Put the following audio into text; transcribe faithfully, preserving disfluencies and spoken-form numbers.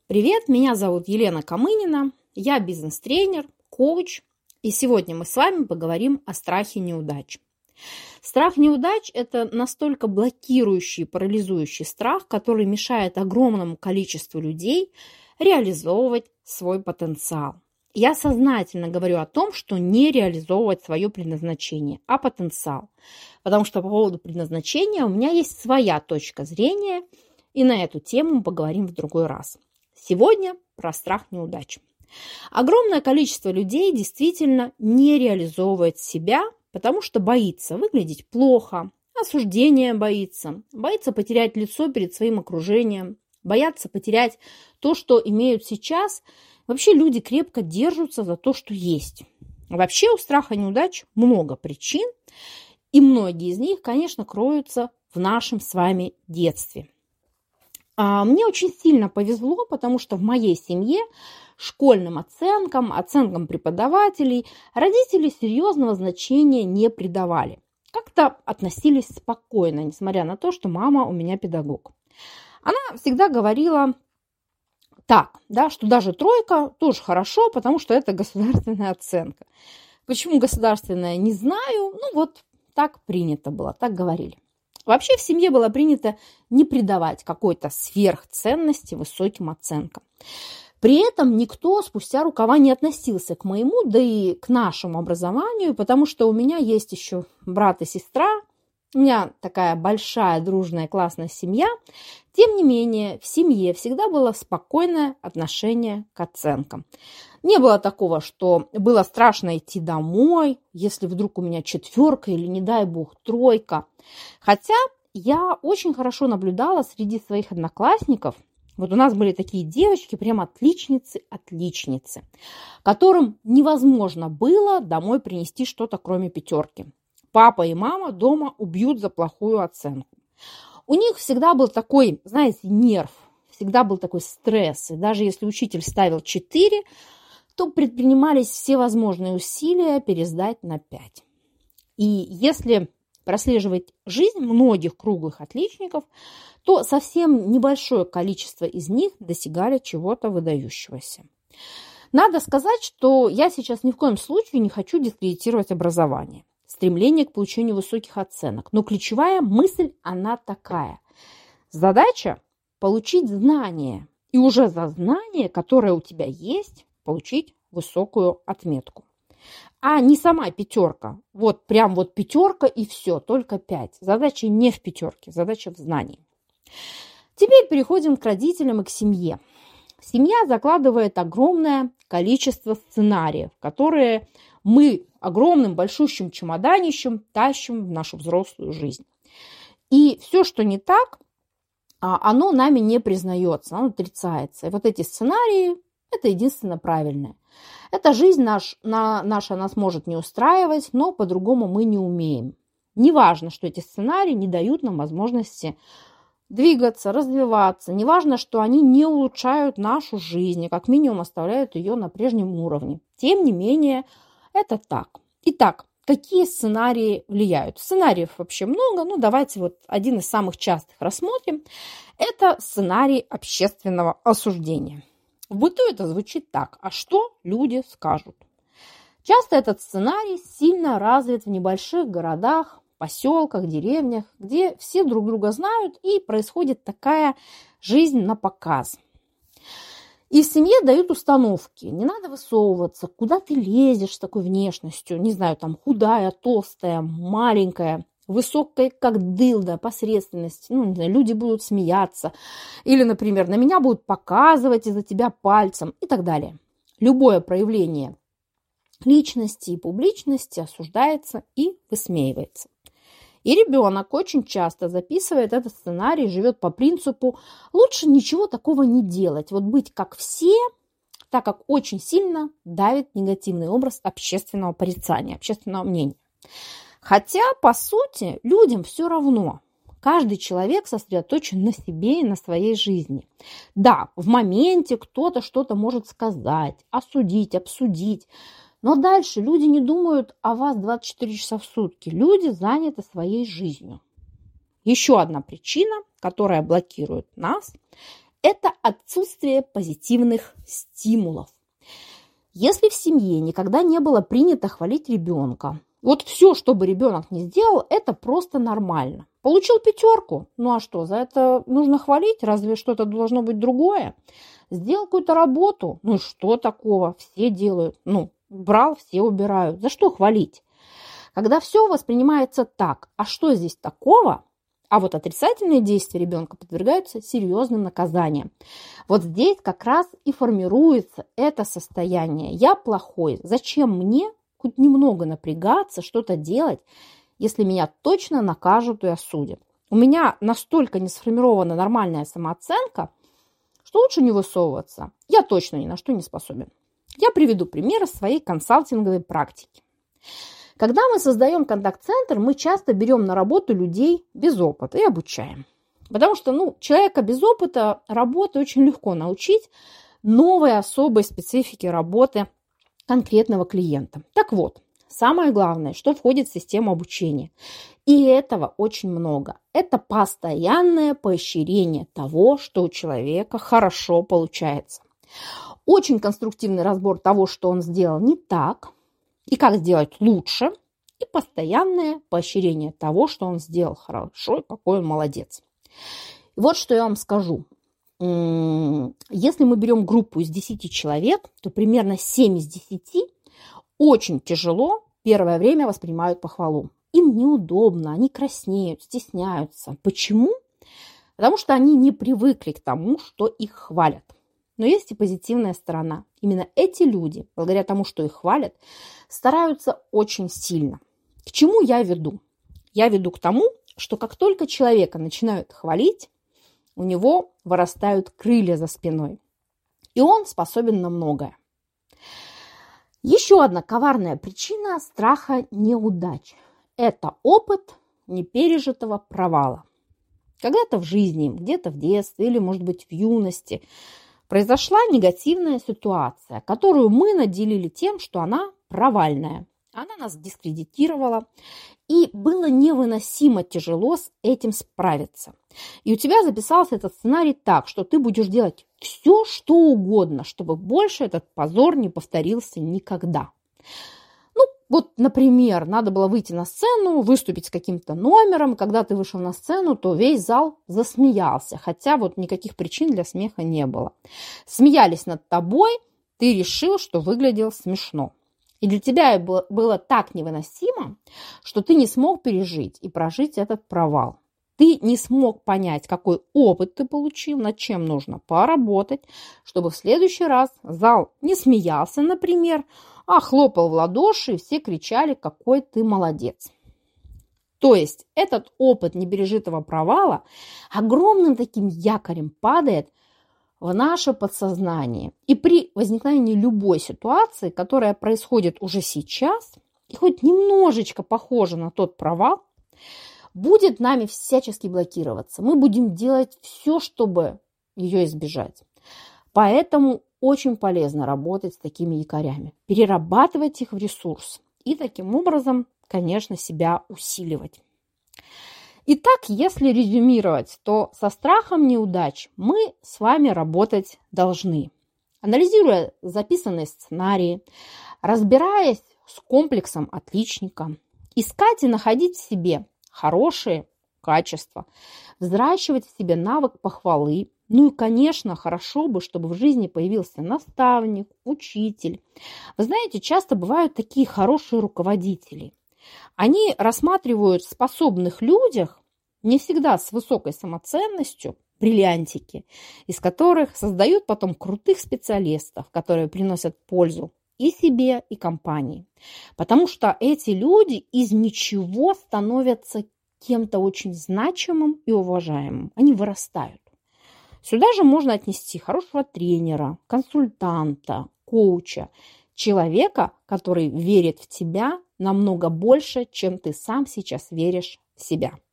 Привет, меня зовут Елена Камынина, я бизнес-тренер, коуч, и сегодня мы с вами поговорим о страхе неудач. Страх неудач – это настолько блокирующий, парализующий страх, который мешает огромному количеству людей реализовывать свой потенциал. Я сознательно говорю о том, что не реализовывать свое предназначение, а потенциал. Потому что по поводу предназначения у меня есть своя точка зрения, и на эту тему мы поговорим в другой раз. Сегодня про страх неудач. Огромное количество людей действительно не реализовывает себя, потому что боится выглядеть плохо, осуждения боится, боится потерять лицо перед своим окружением, боятся потерять то, что имеют сейчас. Вообще люди крепко держатся за то, что есть. Вообще у страха неудач много причин, и многие из них, конечно, кроются в нашем с вами детстве. Мне очень сильно повезло, потому что в моей семье школьным оценкам, оценкам преподавателей родители серьезного значения не придавали. Как-то относились спокойно, несмотря на то, что мама у меня педагог. Она всегда говорила так, да, что даже тройка тоже хорошо, потому что это государственная оценка. Почему государственная, не знаю, ну вот так принято было, так говорили. Вообще в семье было принято не придавать какой-то сверхценности высоким оценкам. При этом никто спустя рукава не относился к моему, да и к нашему образованию, потому что у меня есть еще брат и сестра, у меня такая большая, дружная, классная семья. Тем не менее, в семье всегда было спокойное отношение к оценкам. Не было такого, что было страшно идти домой, если вдруг у меня четверка или, не дай бог, тройка. Хотя я очень хорошо наблюдала среди своих одноклассников. Вот у нас были такие девочки, прям отличницы-отличницы, которым невозможно было домой принести что-то, кроме пятерки. Папа и мама дома убьют за плохую оценку. У них всегда был такой, знаете, нерв, всегда был такой стресс. И даже если учитель ставил четыре, то предпринимались все возможные усилия пересдать на пять. И если прослеживать жизнь многих круглых отличников, то совсем небольшое количество из них достигали чего-то выдающегося. Надо сказать, что я сейчас ни в коем случае не хочу дискредитировать образование, стремление к получению высоких оценок. Но ключевая мысль, она такая. Задача – получить знания. И уже за знание, которое у тебя есть, получить высокую отметку. А не сама пятерка. Вот прям вот пятерка и все, только пять. Задача не в пятерке, задача в знании. Теперь переходим к родителям и к семье. Семья закладывает огромное количество сценариев, которые мы огромным большущим чемоданищем тащим в нашу взрослую жизнь. И все, что не так, оно нами не признается, оно отрицается. И вот эти сценарии – это единственно правильное. Эта жизнь наш, на, наша нас может не устраивать, но по-другому мы не умеем. Неважно, что эти сценарии не дают нам возможности двигаться, развиваться. Неважно, что они не улучшают нашу жизнь, и как минимум оставляют ее на прежнем уровне. Тем не менее, это так. Итак, какие сценарии влияют? Сценариев вообще много, но давайте вот один из самых частых рассмотрим. Это сценарий общественного осуждения. В быту это звучит так. А что люди скажут? Часто этот сценарий сильно развит в небольших городах, поселках, деревнях, где все друг друга знают, и происходит такая жизнь на показ. И в семье дают установки. Не надо высовываться. Куда ты лезешь с такой внешностью? Не знаю, там худая, толстая, маленькая, высокая, как дылда, посредственность. Ну, не знаю, люди будут смеяться. Или, например, на меня будут показывать из-за тебя пальцем и так далее. Любое проявление личности и публичности осуждается и высмеивается. И ребенок очень часто записывает этот сценарий, живет по принципу «лучше ничего такого не делать». Вот быть как все, так как очень сильно давит негативный образ общественного порицания, общественного мнения. Хотя, по сути, людям все равно. Каждый человек сосредоточен на себе и на своей жизни. Да, в моменте кто-то что-то может сказать, осудить, обсудить. Но дальше люди не думают о вас двадцать четыре часа в сутки. Люди заняты своей жизнью. Еще одна причина, которая блокирует нас, это отсутствие позитивных стимулов. Если в семье никогда не было принято хвалить ребенка, вот все, что бы ребенок ни сделал, это просто нормально. Получил пятерку, ну а что, за это нужно хвалить? Разве что-то должно быть другое? Сделал какую-то работу, ну что такого, все делают. Ну, брал, все убирают. За что хвалить? Когда все воспринимается так, а что здесь такого? А вот отрицательные действия ребенка подвергаются серьезным наказаниям. Вот здесь как раз и формируется это состояние. Я плохой, зачем мне хоть немного напрягаться, что-то делать, если меня точно накажут и осудят? У меня настолько не сформирована нормальная самооценка, что лучше не высовываться. Я точно ни на что не способен. Я приведу пример из своей консалтинговой практики. Когда мы создаем контакт-центр, мы часто берем на работу людей без опыта и обучаем. Потому что ну, человека без опыта работы очень легко научить новой особой специфике работы конкретного клиента. Так вот, самое главное, что входит в систему обучения. И этого очень много. Это постоянное поощрение того, что у человека хорошо получается. Очень конструктивный разбор того, что он сделал не так, и как сделать лучше, и постоянное поощрение того, что он сделал хорошо, и какой он молодец. И вот что я вам скажу. Если мы берем группу из десяти человек, то примерно семь из десяти очень тяжело первое время воспринимают похвалу. Им неудобно, они краснеют, стесняются. Почему? Потому что они не привыкли к тому, что их хвалят. Но есть и позитивная сторона. Именно эти люди, благодаря тому, что их хвалят, стараются очень сильно. К чему я веду? Я веду к тому, что как только человека начинают хвалить, у него вырастают крылья за спиной. И он способен на многое. Еще одна коварная причина страха неудач – это опыт непережитого провала. Когда-то в жизни, где-то в детстве или, может быть, в юности произошла негативная ситуация, которую мы наделили тем, что она провальная. Она нас дискредитировала, и было невыносимо тяжело с этим справиться. И у тебя записался этот сценарий так, что ты будешь делать все, что угодно, чтобы больше этот позор не повторился никогда. Ну, вот, например, надо было выйти на сцену, выступить с каким-то номером. Когда ты вышел на сцену, то весь зал засмеялся, хотя вот никаких причин для смеха не было. Смеялись над тобой, ты решил, что выглядел смешно. И для тебя было, было так невыносимо, что ты не смог пережить и прожить этот провал. Ты не смог понять, какой опыт ты получил, над чем нужно поработать, чтобы в следующий раз зал не смеялся, например, а хлопал в ладоши, и все кричали, какой ты молодец. То есть этот опыт непережитого провала огромным таким якорем падает в наше подсознание. И при возникновении любой ситуации, которая происходит уже сейчас, и хоть немножечко похожа на тот провал, будет нами всячески блокироваться. Мы будем делать все, чтобы ее избежать. Поэтому очень полезно работать с такими якорями, перерабатывать их в ресурс и таким образом, конечно, себя усиливать. Итак, если резюмировать, то со страхом неудач мы с вами работать должны. Анализируя записанные сценарии, разбираясь с комплексом отличника, искать и находить в себе хорошие качества, взращивать в себе навык похвалы. Ну и, конечно, хорошо бы, чтобы в жизни появился наставник, учитель. Вы знаете, часто бывают такие хорошие руководители. Они рассматривают в способных людях, не всегда с высокой самоценностью, бриллиантики, из которых создают потом крутых специалистов, которые приносят пользу и себе, и компании. Потому что эти люди из ничего становятся кем-то очень значимым и уважаемым. Они вырастают. Сюда же можно отнести хорошего тренера, консультанта, коуча, человека, который верит в тебя намного больше, чем ты сам сейчас веришь в себя.